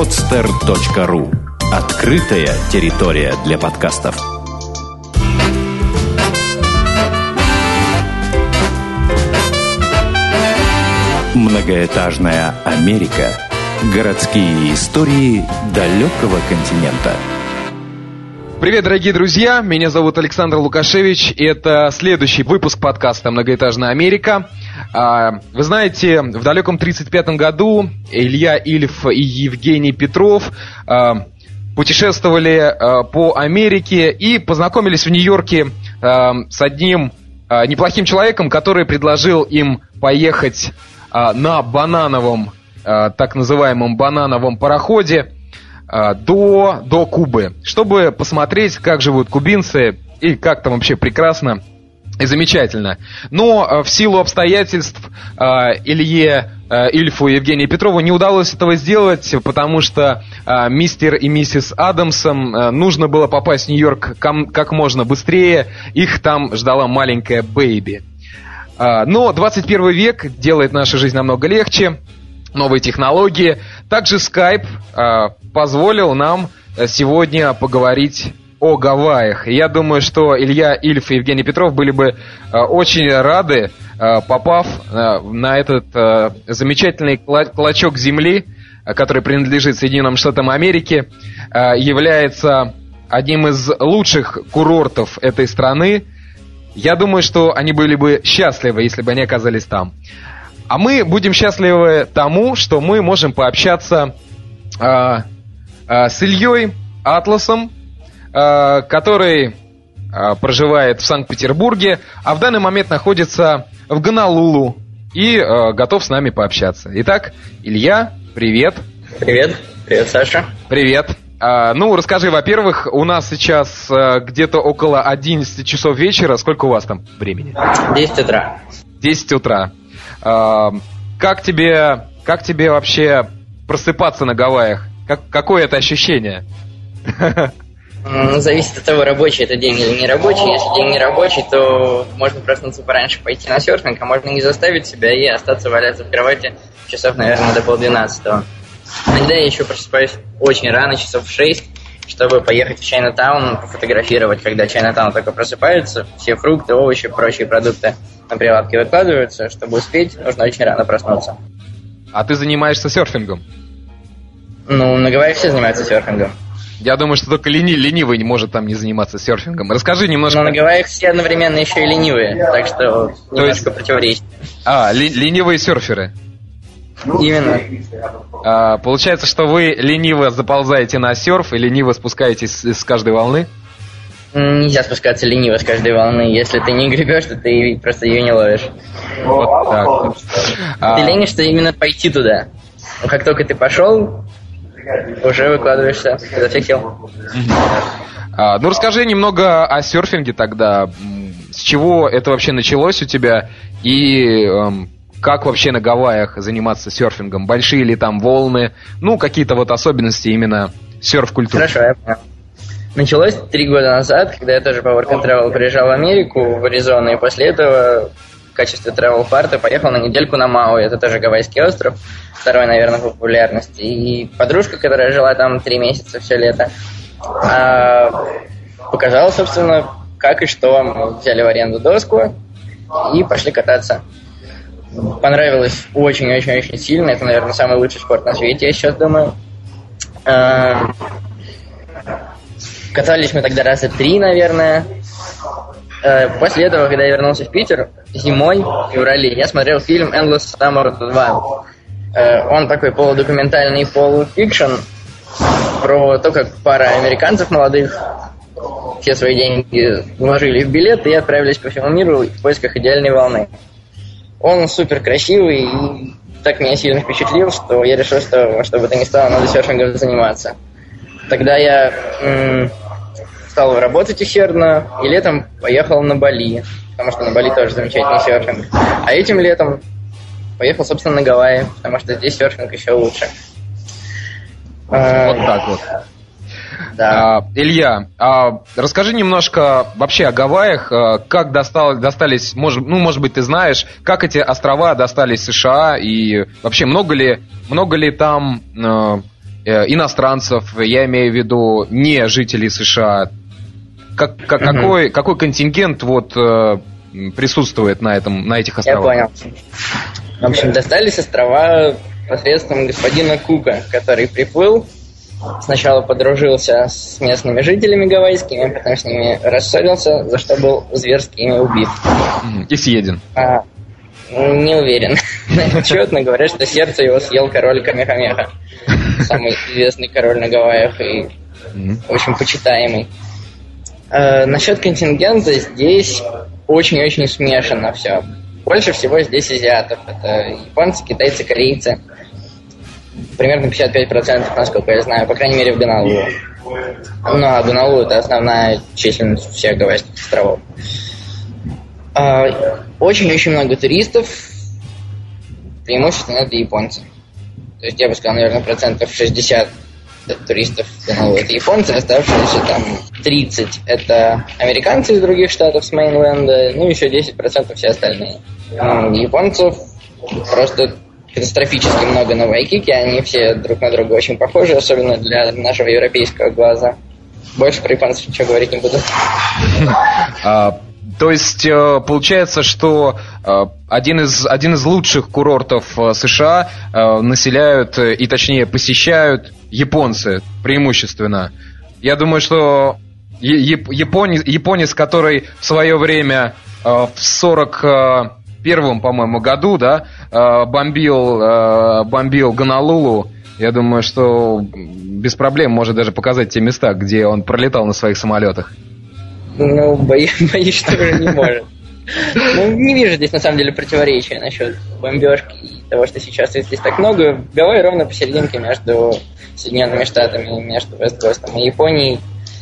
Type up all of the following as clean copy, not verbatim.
podster.ru. Открытая территория для подкастов. Многоэтажная Америка. Городские истории далекого континента. Привет, дорогие друзья! Меня зовут Александр Лукашевич, и это следующий выпуск подкаста «Многоэтажная Америка». Вы знаете, в далеком 1935 году Илья Ильф и Евгений Петров путешествовали по Америке и познакомились в Нью-Йорке с одним неплохим человеком, который предложил им поехать на банановом, так называемом банановом пароходе до Кубы, чтобы посмотреть, как живут кубинцы и как там вообще прекрасно и замечательно. Но в силу обстоятельств Илье Ильфу и Евгению Петрову не удалось этого сделать, потому что мистер и миссис Адамсом нужно было попасть в Нью-Йорк как можно быстрее. Их там ждала маленькая бэйби. Но 21 век делает нашу жизнь намного легче. Новые технологии. Также Skype позволил нам сегодня поговорить о Гавайях. И я думаю, что Илья Ильф и Евгений Петров были бы очень рады, попав на этот замечательный клочок земли, который принадлежит Соединенным Штатам Америки, является одним из лучших курортов этой страны. Я думаю, что они были бы счастливы, если бы они оказались там. А мы будем счастливы тому, что мы можем пообщаться с Ильей Атласом, который проживает в Санкт-Петербурге, а в данный момент находится в Гонолулу и готов с нами пообщаться. Итак, Илья, привет. Привет. Привет, Саша. Привет. Ну, расскажи, во-первых, у нас сейчас где-то около 11 часов вечера. Сколько у вас там времени? 10 утра. 10 утра. Как тебе вообще просыпаться на Гавайях? Какое это ощущение? Зависит от того, рабочий это день или не рабочий. Если день не рабочий, то можно проснуться пораньше, пойти на серфинг, а можно не заставить себя и остаться валяться в кровати часов, наверное, до 11:30. Иногда я еще просыпаюсь очень рано, часов в 6, чтобы поехать в Чайнатаун, пофотографировать, когда Чайнатаун только просыпается, все фрукты, овощи, прочие продукты на прилавке выкладываются. Чтобы успеть, нужно очень рано проснуться. А ты занимаешься серфингом? Ну, на Гавайях все занимаются серфингом. Я думаю, что только ленивый не может там не заниматься серфингом. Расскажи немножко... Но на Гавайях все одновременно еще и ленивые, так что немножко противоречит. Ленивые серферы. Именно. Получается, что вы лениво заползаете на серф и лениво спускаетесь с каждой волны? Нельзя спускаться лениво с каждой волны. Если ты не гребешь, то ты просто ее не ловишь. Вот так. Ты ленишься именно пойти туда. Но как только ты пошел, уже выкладываешься изо всех сил. Ну, расскажи немного о серфинге тогда. С чего это вообще началось у тебя? И как вообще на Гавайях заниматься серфингом? Большие ли там волны? Ну, какие-то вот особенности именно серф-культуры. Хорошо, я понял. Началось 3 года назад, когда я тоже по Work and Travel приезжал в Америку, в Аризону, и после этого в качестве travel-парта поехал на недельку на Мауи. Это тоже гавайский остров, второй, наверное, по популярности. И подружка, которая жила там 3 месяца все лето, показала, собственно, как и что. Мы взяли в аренду доску и пошли кататься. Понравилось очень-очень-очень сильно. Это, наверное, самый лучший спорт на свете, я сейчас думаю. Катались мы тогда раза 3, наверное. После этого, когда я вернулся в Питер, зимой, в феврале, я смотрел фильм «Endless Summer 2». Он такой полудокументальный, полуфикшн про то, как пара американцев молодых все свои деньги вложили в билеты и отправились по всему миру в поисках идеальной волны. Он супер красивый и так меня сильно впечатлил, что я решил, что во что бы то ни стало, надо серфингом заниматься. Тогда я стал работать усердно и летом поехал на Бали, потому что на Бали тоже замечательный серфинг. А этим летом поехал, собственно, на Гавайи, потому что здесь серфинг еще лучше. Вот так вот. Да. Илья, расскажи немножко вообще о Гавайях, как достались, может быть, ты знаешь, как эти острова достались США, и вообще много ли там иностранцев, я имею в виду не жителей США. Какой контингент вот присутствует на этих островах? Я понял. В общем, достались острова посредством господина Кука, который приплыл, сначала подружился с местными жителями гавайскими, потом с ними рассорился, за что был зверски ими убит. И съеден. Не уверен. Отчетно говорят, что сердце его съел король Камехамеха. Самый известный король на Гавайях и очень почитаемый. Насчет контингента здесь очень-очень смешано все. Больше всего здесь азиатов. Это японцы, китайцы, корейцы. Примерно 55%, насколько я знаю, по крайней мере в Гонолулу. Ну, а Гонолулу — это основная численность всех Гавайских островов. Очень-очень много туристов, преимущественно это японцы. То есть я бы сказал, наверное, 60% туристов в Гонолулу это японцы, оставшиеся там 30% это американцы из других штатов с мейнленда, ну еще 10% все остальные. Японцев просто катастрофически много на Вайкике, они все друг на друга очень похожи, особенно для нашего европейского глаза. Больше про японцев ничего говорить не буду. То есть получается, что один из лучших курортов США населяют, и точнее посещают японцы преимущественно. Я думаю, что японец, который в свое время в 41-м, по-моему, году, да, бомбил Гонолулу, я думаю, что без проблем может даже показать те места, где он пролетал на своих самолетах. Ну, боюсь, что уже не может. Ну, не вижу здесь, на самом деле, противоречия насчет бомбежки и того, что сейчас их здесь так много. Гавайи ровно посерединке между Соединенными Штатами, между Вест-Костом и Японией.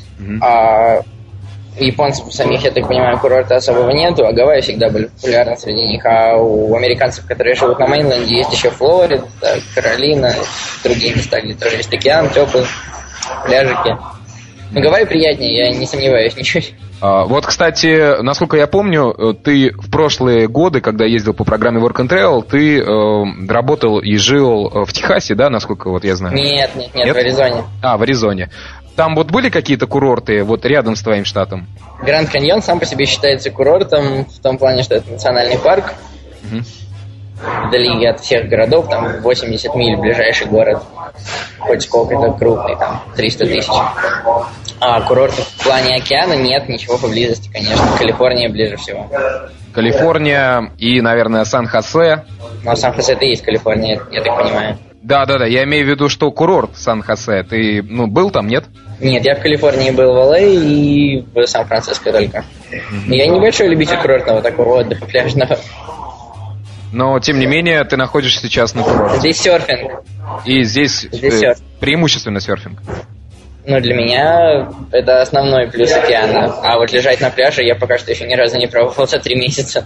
А у японцев самих, я так понимаю, курорта особого нету, а Гавайи всегда были популярны среди них. А у американцев, которые живут на мейнленде, есть еще Флорида, Каролина, другие места, где тоже есть океан, теплый, пляжики. Но Гавайи приятнее, я не сомневаюсь ничуть. Вот, кстати, насколько я помню, ты в прошлые годы, когда ездил по программе Work and Travel, ты работал и жил в Техасе, да, насколько вот я знаю? Нет, в Аризоне. В Аризоне. Там вот были какие-то курорты вот рядом с твоим штатом? Гранд Каньон сам по себе считается курортом, в том плане, что это национальный парк. Вдали от всех городов, там 80 миль ближайший город. Хоть сколько-то крупный, там 300 тысяч. А курортов в плане океана нет, ничего поблизости, конечно. Калифорния ближе всего. Калифорния и, наверное, Сан-Хосе. Ну, Сан-Хосе это и есть Калифорния, я так понимаю. Да, я имею в виду, что курорт Сан-Хосе. Ты, был там, нет? Нет, я в Калифорнии был в Л.А. и в Сан-Франциско только. Я небольшой любитель курортного такого отдыха пляжного. Но, тем не менее, ты находишься сейчас на курорте. Здесь серфинг. И здесь преимущественно серфинг. Ну, для меня это основной плюс океана. А вот лежать на пляже я пока что еще ни разу не пробовал за 3 месяца.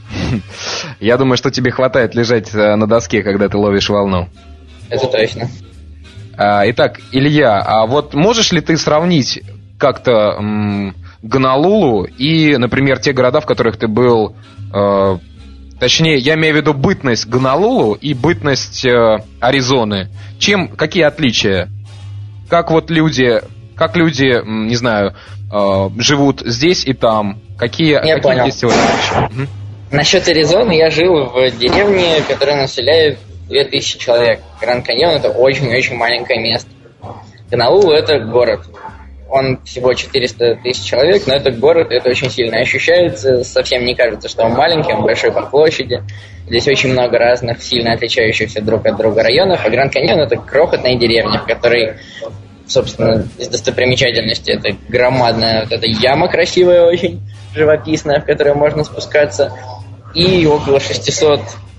Я думаю, что тебе хватает лежать на доске, когда ты ловишь волну. Это точно. Итак, Илья, а вот можешь ли ты сравнить как-то Гонолулу и, например, те города, в которых ты был... Точнее, я имею в виду бытность Гонолулу и бытность Аризоны. Какие отличия? Как люди, не знаю, живут здесь и там? Какие понял. Есть отличия? Насчет Аризоны я жил в деревне, которая населяет 2000 человек. Гранд Каньон — это очень-очень маленькое место. Гонолулу — это город. Он всего 400 тысяч человек, но это город, и это очень сильно ощущается. Совсем не кажется, что он маленький, он большой по площади. Здесь очень много разных, сильно отличающихся друг от друга районов. А Гранд Каньон — это крохотная деревня, в которой, собственно, из достопримечательности это громадная вот эта яма красивая очень, живописная, в которую можно спускаться. И около 600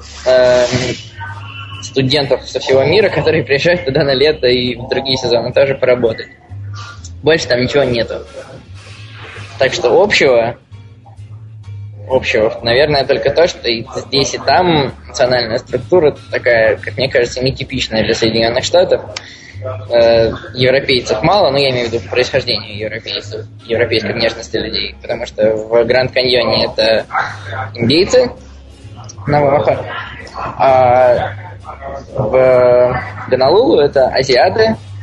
студентов со всего мира, которые приезжают туда на лето и в другие сезоны тоже поработать. Больше там ничего нету. Так что общего, наверное, только то, что и здесь, и там национальная структура такая, как мне кажется, нетипичная для Соединенных Штатов. Европейцев мало, но я имею в виду по происхождению европейцев, европейской внешности людей, потому что в Гранд Каньоне это индейцы, Навахо, а в Гонолулу это азиаты,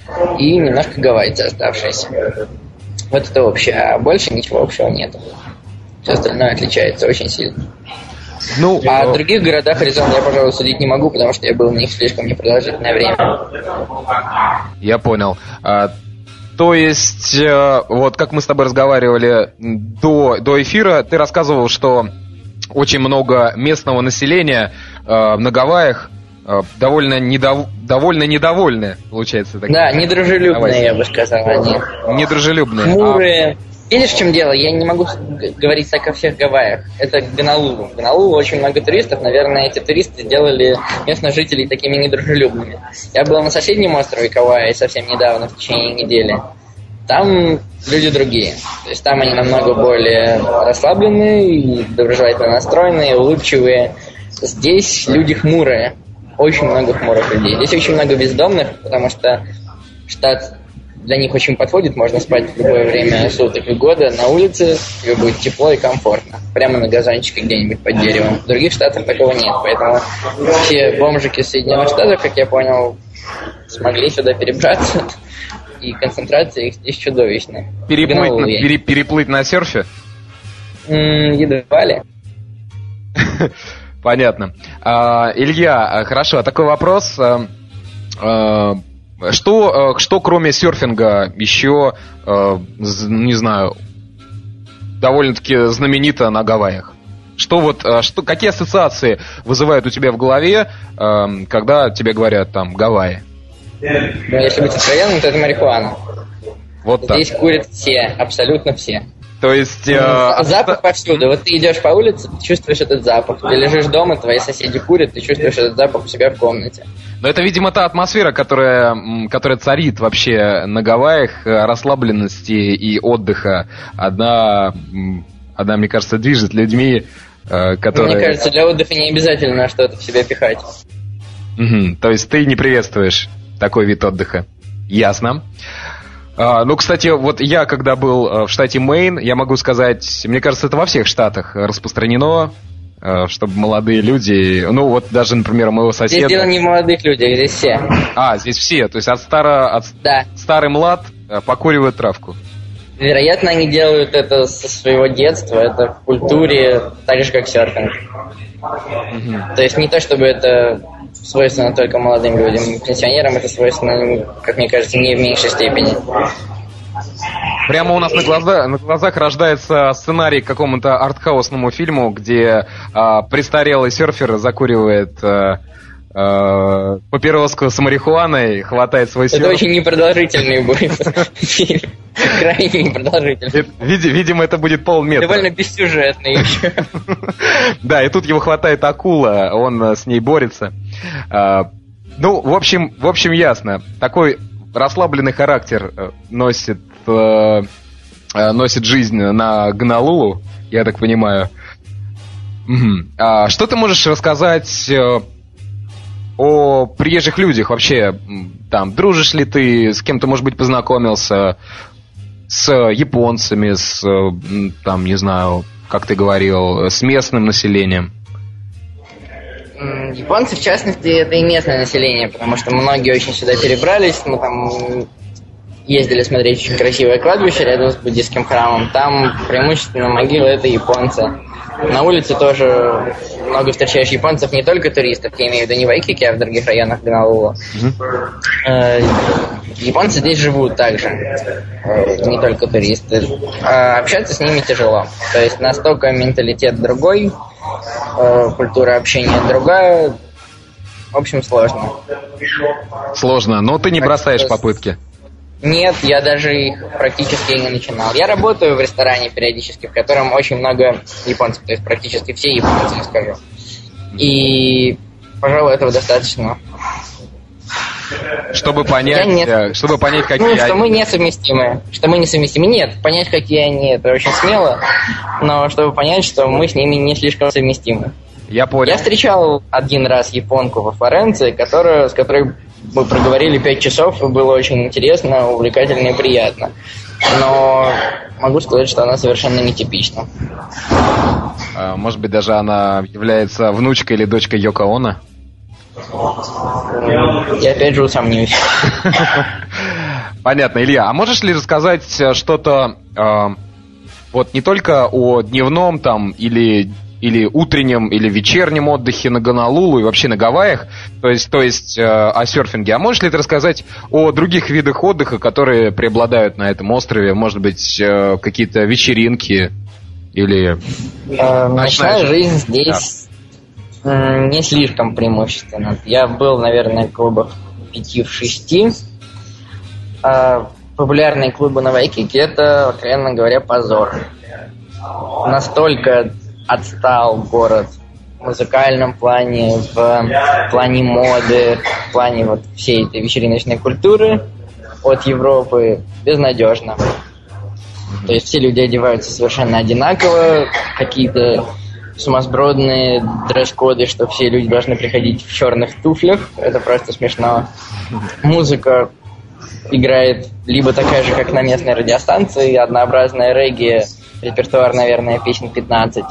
и немножко гавайцы оставшиеся. Вот это общее, а больше ничего общего нет. Все остальное отличается очень сильно. Ну, а о других городах Аризоны я, пожалуй, судить не могу, потому что я был в них слишком непродолжительное время. Я понял. То есть, вот как мы с тобой разговаривали до эфира, ты рассказывал, что очень много местного населения на Гавайях довольно недовольны, получается. Да, недружелюбные, я бы сказал, они. Недружелюбные. Хмурые. Видишь, в чем дело? Я не могу говорить так о всех Гавайях. Это Гонолулу. В Гонолулу очень много туристов. Наверное, эти туристы сделали местных жителей такими недружелюбными. Я был на соседнем острове Кауаи совсем недавно, в течение недели. Там люди другие. То есть там они намного более расслабленные, доброжелательно настроенные, улыбчивые. Здесь люди хмурые. Очень много хмурых людей. Здесь очень много бездомных, потому что штат для них очень подходит. Можно спать в любое время суток и года на улице. Тебе будет тепло и комфортно. Прямо на газончике где-нибудь под деревом. В других штатах такого нет. Поэтому все бомжики Соединенных Штатов, как я понял, смогли сюда перебраться. И концентрация их здесь чудовищная. Переплыть на серфе? Едва ли. Понятно. Илья, хорошо, такой вопрос. Что кроме серфинга еще, не знаю, довольно-таки знаменито на Гавайях? Какие ассоциации вызывают у тебя в голове, когда тебе говорят там Гавайи? Ну, если быть откровенным, то это марихуана. Вот так. Здесь курят все, абсолютно все. То есть... запах повсюду. Вот ты идешь по улице, ты чувствуешь этот запах. Ты лежишь дома, твои соседи курят, ты чувствуешь этот запах у себя в комнате. Но это, видимо, та атмосфера, которая царит вообще на Гавайях, расслабленности и отдыха. Одна, мне кажется, движет людьми, которые... Мне кажется, для отдыха не обязательно что-то в себя пихать. То есть ты не приветствуешь такой вид отдыха. Ясно. Ну, кстати, вот я, когда был в штате Мэйн, я могу сказать, мне кажется, это во всех штатах распространено, чтобы молодые люди, ну, вот даже, например, у моего соседа... Здесь дело не в молодых людях, здесь все. Здесь все, то есть старый млад покуривают травку. Вероятно, они делают это со своего детства, это в культуре, так же, как серфинг. То есть не то, чтобы это свойственно только молодым людям. Пенсионерам это свойственно, как мне кажется, не в меньшей степени. Прямо у нас на глазах рождается сценарий к какому-то артхаусному фильму, где престарелый серфер закуривает папироску с марихуаной, хватает свой серф. Это очень непродолжительный будет фильм. Крайне непродолжительный. Видимо, это будет полметра. Довольно бессюжетный еще. Да, и тут его хватает акула, он с ней борется. Ну, в общем, ясно. Такой расслабленный характер носит жизнь на Гонолулу, я так понимаю. Что ты можешь рассказать о приезжих людях вообще? Там, дружишь ли ты, с кем-то, может быть, познакомился, с японцами, там, не знаю, как ты говорил, с местным населением? Японцы, в частности, это и местное население, потому что многие очень сюда перебрались. Мы там ездили смотреть очень красивое кладбище рядом с буддийским храмом. Там преимущественно могилы — это японцы. На улице тоже много встречаешь японцев, не только туристов, я имею в виду не в Вайкике, а в других районах Гонолулу. Японцы здесь живут также, не только туристы. Общаться с ними тяжело. То есть настолько менталитет другой, культура общения другая. В общем, сложно. Сложно, но ты не бросаешь попытки. Нет, я даже их практически и не начинал. Я работаю в ресторане периодически, в котором очень много японцев, то есть практически все японцы, я скажу. И, пожалуй, этого достаточно. Чтобы понять, какие они... что мы несовместимы. Что мы несовместимы. Нет, понять, какие они, это очень смело, но чтобы понять, что мы с ними не слишком совместимы. Я понял. Я встречал один раз японку во Флоренции, с которой мы проговорили 5 часов, и было очень интересно, увлекательно и приятно. Но могу сказать, что она совершенно нетипична. Может быть, даже она является внучкой или дочкой Йоко Оно? Я опять же усомнюсь. Понятно, Илья. А можешь ли рассказать что-то вот не только о дневном там или утреннем, или вечернем отдыхе на Гонолулу и вообще на Гавайях, то есть о серфинге. А можешь ли ты рассказать о других видах отдыха, которые преобладают на этом острове? Может быть, какие-то вечеринки или... Ночная жизнь здесь не слишком преимущественно. Я был, наверное, в клубах 5-6. Популярные клубы на Вайкике — это, откровенно говоря, позор. Настолько отстал город в музыкальном плане, в плане моды, в плане вот всей этой вечериночной культуры от Европы безнадежно. То есть все люди одеваются совершенно одинаково, какие-то сумасбродные дресс-коды, что все люди должны приходить в черных туфлях. Это просто смешно. Музыка играет либо такая же, как на местной радиостанции, однообразная регги, репертуар, наверное, песен 15.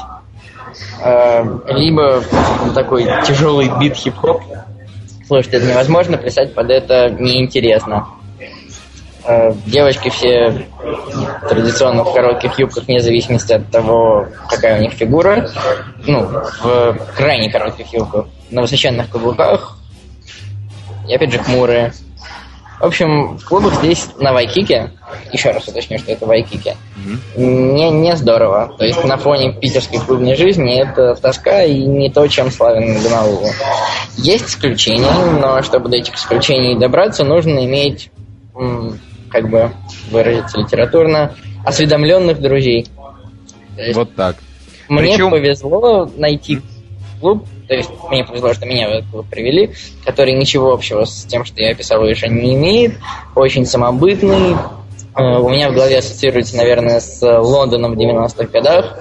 Либо такой тяжелый бит хип-хоп. Слушать это невозможно, плясать под это неинтересно. Девочки все традиционно в коротких юбках, вне зависимости от того, какая у них фигура. В крайне коротких юбках, на высоченных каблуках. И опять же хмурые. В общем, в клубах здесь на Вайкике, еще раз уточню, что это Вайкике, не здорово. То есть на фоне питерской клубной жизни это тоска и не то, чем славен Гонолулу. Есть исключения, но чтобы до этих исключений добраться, нужно иметь, как бы выразиться литературно, осведомленных друзей. Вот так. Мне повезло найти клуб, то есть мне повезло, что меня в этот клуб привели, который ничего общего с тем, что я описал выше, не имеет, очень самобытный. У меня в голове ассоциируется, наверное, с Лондоном в 90-х годах.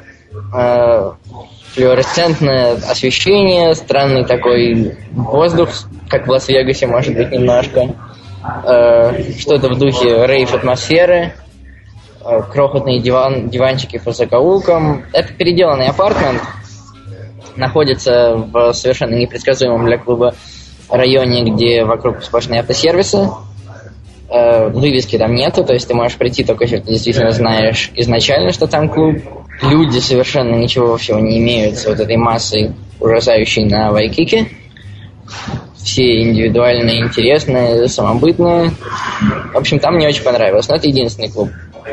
Флуоресцентное освещение, странный такой воздух, как в Лас-Вегасе, может быть, немножко. Что-то в духе рейв-атмосферы. Крохотные диванчики по закоулкам. Это переделанный апартмент. Находится в совершенно непредсказуемом для клуба районе, где вокруг сплошные автосервисы. Вывески там нету, то есть ты можешь прийти только если ты действительно знаешь изначально, что там клуб. Люди совершенно ничего общего не имеют с вот этой массой, ужасающей на Вайкике. Все индивидуальные, интересные, самобытные. В общем, там мне очень понравилось, но это единственный клуб.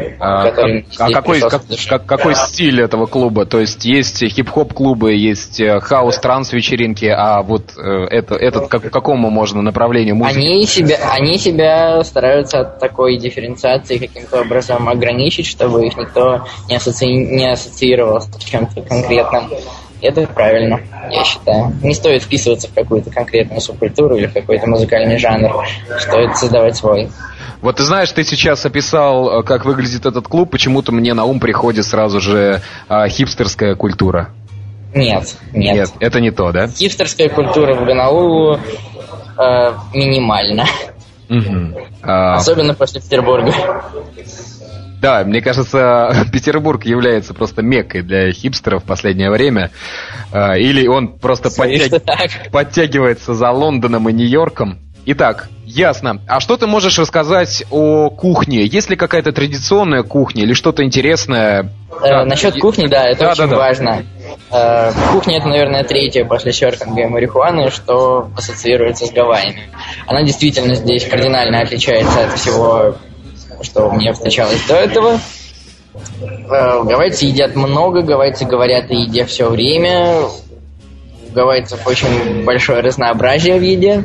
Какой стиль этого клуба? То есть хип-хоп клубы, есть хаус-транс вечеринки, а вот этот к какому можно направлению музыки? Они себя стараются от такой дифференциации каким-то образом ограничить, чтобы их никто не ассоциировал с чем-то конкретным. Это правильно, я считаю. Не стоит вписываться в какую-то конкретную субкультуру или в какой-то музыкальный жанр. Стоит создавать свой. Вот ты знаешь, ты сейчас описал, как выглядит этот клуб, почему-то мне на ум приходит сразу же хипстерская культура. Нет. Это не то, да? Хипстерская культура в Гонолулу минимальна. Особенно после Петербурга. Да, мне кажется, Петербург является просто меккой для хипстеров в последнее время. Или он просто подтягивается за Лондоном и Нью-Йорком. Итак, ясно. А что ты можешь рассказать о кухне? Есть ли какая-то традиционная кухня или что-то интересное? Насчет кухни, да, это очень важно. Кухня — это, наверное, третья после серфинга и марихуаны, что ассоциируется с Гавайями. Она действительно здесь кардинально отличается от всего, что мне встречалось до этого. Гавайцы едят много, гавайцы говорят о еде все время. У гавайцев очень большое разнообразие в еде.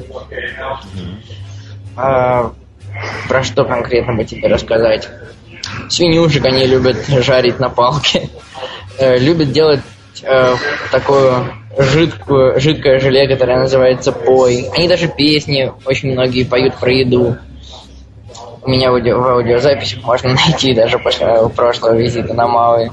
Про что конкретно бы тебе рассказать? Свинюшек они любят жарить на палке. Любят делать такое жидкое желе, которое называется пой. Они даже песни очень многие поют про еду. У меня в аудиозаписях можно найти даже после моего прошлого визита на Мауи.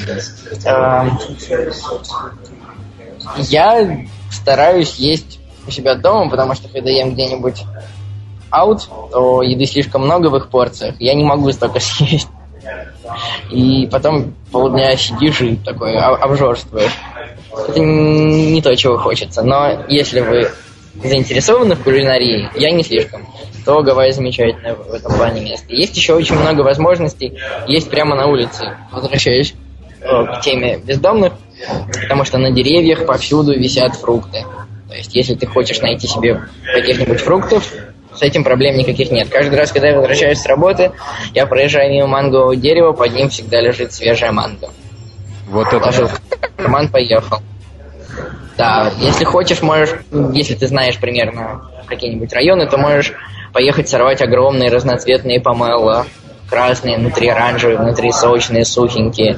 Я стараюсь есть у себя дома, потому что когда ем где-нибудь аут, то еды слишком много в их порциях. Я не могу столько съесть. И потом полдня сидишь и такой обжорствуешь. Это не то, чего хочется. Но если вы заинтересованы в кулинарии, я не слишком. то Гавайи замечательное в этом плане место. Есть еще очень много возможностей есть прямо на улице. Возвращаюсь к теме бездомных, потому что на деревьях повсюду висят фрукты. То есть, если ты хочешь найти себе каких-нибудь фруктов, с этим проблем никаких нет. Каждый раз, когда я возвращаюсь с работы, я проезжаю мимо мангового дерева, под ним всегда лежит свежая манго. Вот это... Положил в карман, поехал. Да, если хочешь, можешь, если ты знаешь примерно какие-нибудь районы, то можешь поехать сорвать огромные разноцветные помело. Красные, внутри оранжевые, внутри сочные, сухенькие.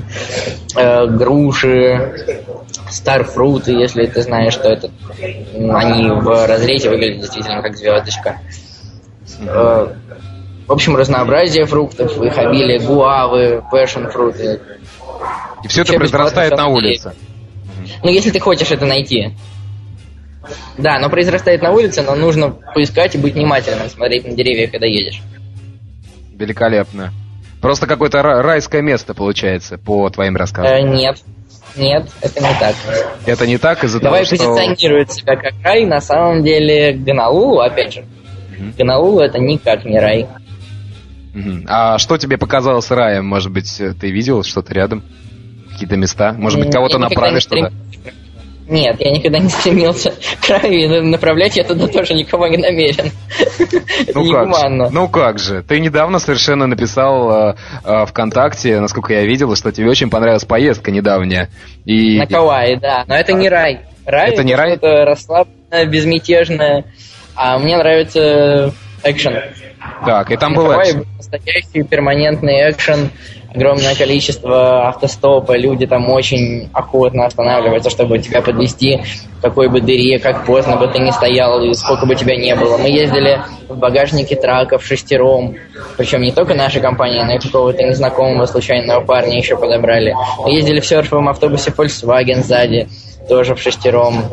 Груши, старфруты, если ты знаешь, что это. Они в разрезе выглядят действительно как звездочка. В общем, разнообразие фруктов, их обилие, гуавы, пэшн-фруты. И все это произрастает на улице. Ну, если ты хочешь это найти. Да, оно произрастает на улице, но нужно поискать и быть внимательным, смотреть на деревья, когда едешь. Великолепно. Просто какое-то райское место получается, по твоим рассказам. Нет, это не так. Это не так из-за того, что... Гавайи позиционируется как рай, на самом деле Гонолулу, опять же. Гонолулу это никак не рай. А что тебе показалось раем? Может быть, ты видел что-то рядом? Какие-то места? Может быть, кого-то направишь туда? Нет, я никогда не стремился к раю, и направлять я туда тоже никого не намерен. Это негуманно. Ну как же? Ты недавно совершенно написал ВКонтакте, насколько я видел, что тебе очень понравилась поездка недавняя. На Кауаи, да. Но это не рай. Рай — это не рай? Это расслабленное, безмятежное. А мне нравится экшен. Так, и там на был Кауаи экшен. Настоящий перманентный экшен. Огромное количество автостопа, люди там очень охотно останавливаются, чтобы тебя подвезти в какой бы дыре, как поздно бы ты ни стоял и сколько бы тебя не было. Мы ездили в багажнике траков шестером, причем не только наша компания, но и какого-то незнакомого случайного парня еще подобрали. Мы ездили в серфовом автобусе Volkswagen сзади, тоже в шестером.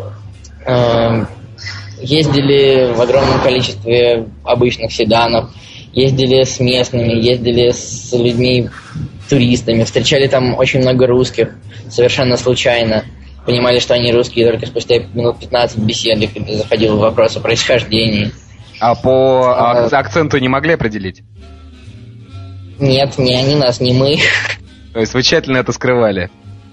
Ездили в огромном количестве обычных седанов. Ездили с местными, ездили с людьми, туристами, встречали там очень много русских, совершенно случайно. Понимали, что они русские только спустя минут 15 беседы, когда заходил в вопрос о происхождении. А по акценту не могли определить? Нет, не они нас, не мы. То есть вы тщательно это скрывали?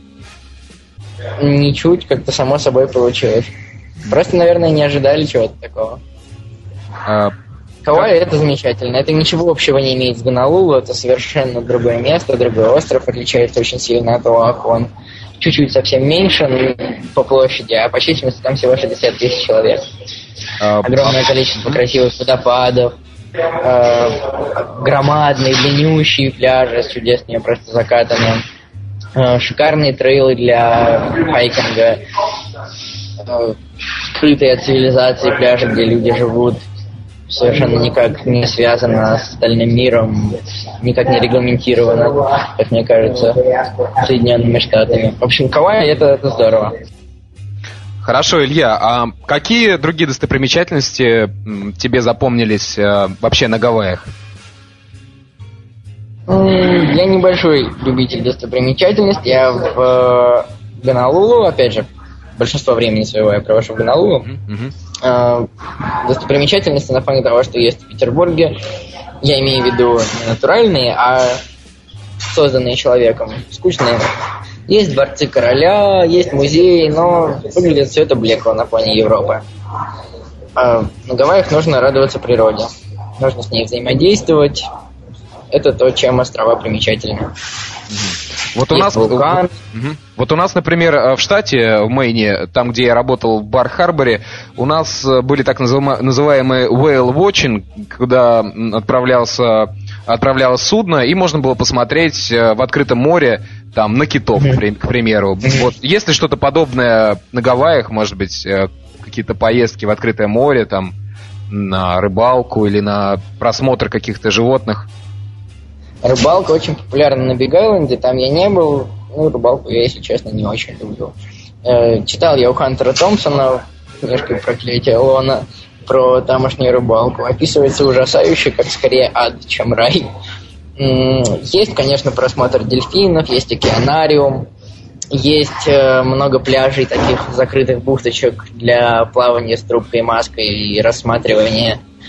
Ничуть, как-то само собой получилось. Просто, наверное, не ожидали чего-то такого. Кауаи — это замечательно. Это ничего общего не имеет с Гонолулу. Это совершенно другое место, другой остров. Отличается очень сильно от Оаху. Он чуть-чуть совсем меньше по площади, а по численности там всего 60 тысяч человек. Огромное количество красивых водопадов, громадные, длиннющие пляжи с чудесными просто закатами, шикарные трейлы для хайкинга, скрытые от цивилизации пляжи, где люди живут совершенно никак не связано с остальным миром, никак не регламентировано, как мне кажется, Соединенными Штатами. В общем, Кауаи — это здорово. Хорошо, Илья, а какие другие достопримечательности тебе запомнились вообще на Гавайях? Я небольшой любитель достопримечательностей. Я в Гонолулу, опять же, большинство времени своего я провожу в Гонолулу. Достопримечательности на фоне того, что есть в Петербурге, я имею в виду не натуральные, а созданные человеком, скучные. Есть дворцы короля, есть музеи, но выглядит все это блекло на фоне Европы. На Гавайях нужно радоваться природе, нужно с ней взаимодействовать. Это то, чем острова примечательны. Вот у нас, например, в штате, в Мэйне, там, где я работал в Бар-Харборе, у нас были так называемые whale watching, когда отправлялось судно, и можно было посмотреть в открытом море там на китов, к примеру. Вот, есть ли что-то подобное на Гавайях, может быть, какие-то поездки в открытое море, там, на рыбалку или на просмотр каких-то животных? Рыбалка очень популярна на Биг-Айленде, там я не был, рыбалку я, если честно, не очень люблю. Читал я у Хантера Томпсона книжку «Проклятие Лона» про тамошнюю рыбалку. Описывается ужасающе, как скорее ад, чем рай. Есть, конечно, просмотр дельфинов, есть океанариум, есть много пляжей, таких закрытых бухточек для плавания с трубкой и маской и рассматривания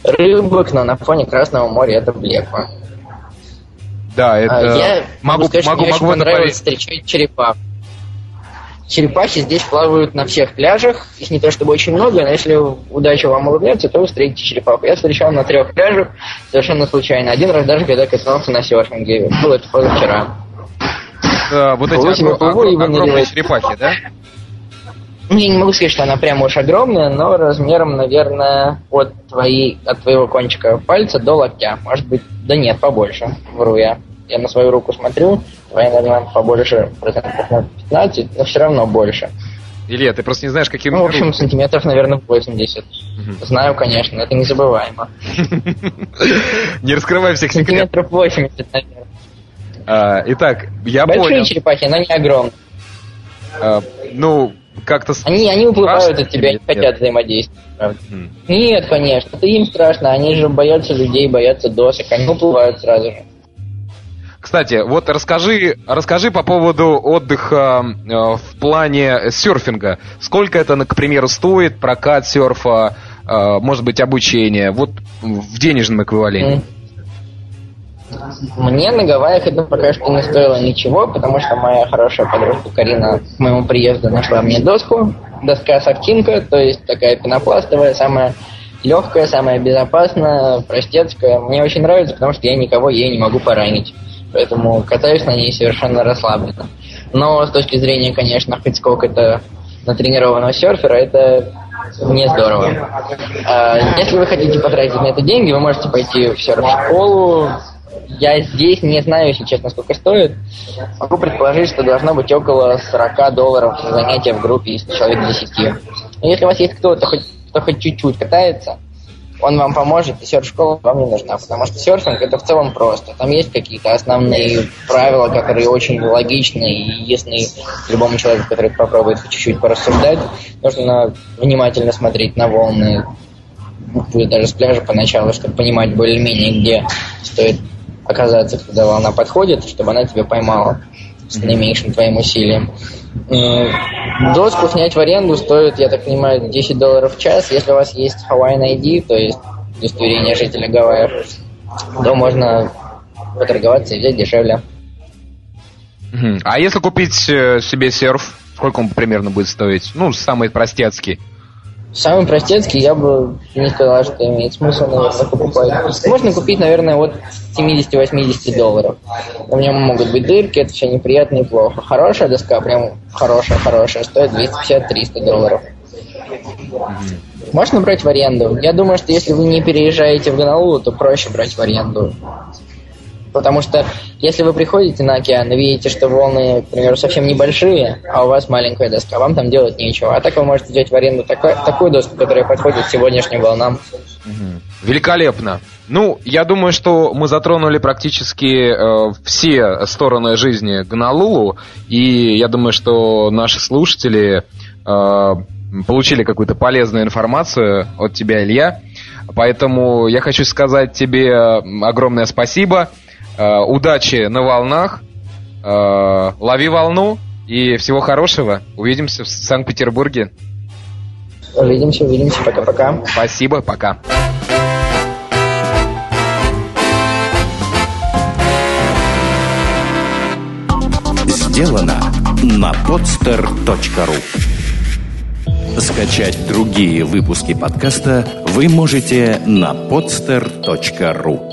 рыбок, но на фоне Красного моря это блекло. Да, это... Я могу сказать, мне очень понравилось понравилось встречать черепах. Черепахи здесь плавают на всех пляжах. Их не то чтобы очень много, но если удача вам улыбнется, то вы встретите черепаху. Я встречал на 3 пляжах совершенно случайно. Один раз даже, когда катался на серфинге. Было это позавчера. вот эти огромные черепахи, да? Я не могу сказать, что она прямо уж огромная, но размером, наверное, от твоего кончика пальца до локтя. Может быть, да нет, побольше, вру я. Я на свою руку смотрю, твоя, наверное, побольше, процентов на 15, но все равно больше. Илья, ты просто не знаешь, какие... Ну, в общем, сантиметров, наверное, 80. Знаю, конечно, это незабываемо. Не раскрывай всех секретов. Сантиметров 80, наверное. Итак, я понял. Большие черепахи, но не огромные. Как-то... Они уплывают от тебя, не хотят взаимодействовать. Нет, конечно, это им страшно. Они же боятся людей, боятся досок. Они уплывают сразу же. Кстати, вот расскажи по поводу отдыха в плане серфинга. Сколько это, к примеру, стоит, прокат серфа, может быть, обучение, вот в денежном эквиваленте? Мне на Гавайях это пока что не стоило ничего, потому что моя хорошая подружка Карина к моему приезду нашла мне доска софтинка, то есть такая пенопластовая, самая легкая, самая безопасная, простецкая. Мне очень нравится, потому что я никого ей не могу поранить. Поэтому катаюсь на ней совершенно расслабленно. Но с точки зрения, конечно, хоть сколько-то натренированного серфера, это не здорово. Если вы хотите потратить на это деньги, вы можете пойти в серф-школу. Я здесь не знаю, если честно, сколько стоит. Могу предположить, что должно быть около $40 за занятие в группе из человек 10. Но если у вас есть кто-то, кто хоть чуть-чуть катается, он вам поможет, и серф-школа вам не нужна, потому что серфинг это в целом просто. Там есть какие-то основные правила, которые очень логичны и ясны любому человеку, который попробует чуть-чуть порассуждать. Нужно внимательно смотреть на волны, даже с пляжа поначалу, чтобы понимать более-менее, где стоит оказаться, когда волна подходит, чтобы она тебя поймала с наименьшим твоим усилием. Доску снять в аренду стоит, я так понимаю, $10 в час. Если у вас есть Hawaiian ID, то есть удостоверение жителя Гавайев, то можно поторговаться и взять дешевле. А если купить себе серф, сколько он примерно будет стоить? Самый простецкий. Самый простецкий я бы не сказал, что имеет смысл, наверное, покупать. Можно купить, наверное, от $70-80. В нем могут быть дырки, это все неприятно и плохо. Хорошая доска, прям хорошая, стоит $250-300. Можно брать в аренду. Я думаю, что если вы не переезжаете в Гонолулу, то проще брать в аренду. Потому что если вы приходите на океан и видите, что волны, к примеру, совсем небольшие, а у вас маленькая доска, вам там делать нечего. А так вы можете взять в аренду такую доску, которая подходит сегодняшним волнам. Великолепно. Я думаю, что мы затронули практически все стороны жизни Гонолулу, и я думаю, что наши слушатели получили какую-то полезную информацию от тебя, Илья. Поэтому я хочу сказать тебе огромное спасибо. Удачи на волнах, лови волну и всего хорошего. Увидимся в Санкт-Петербурге. Увидимся, пока-пока. Спасибо, пока. Сделано на podster.ru. Скачать другие выпуски подкаста вы можете на podster.ru.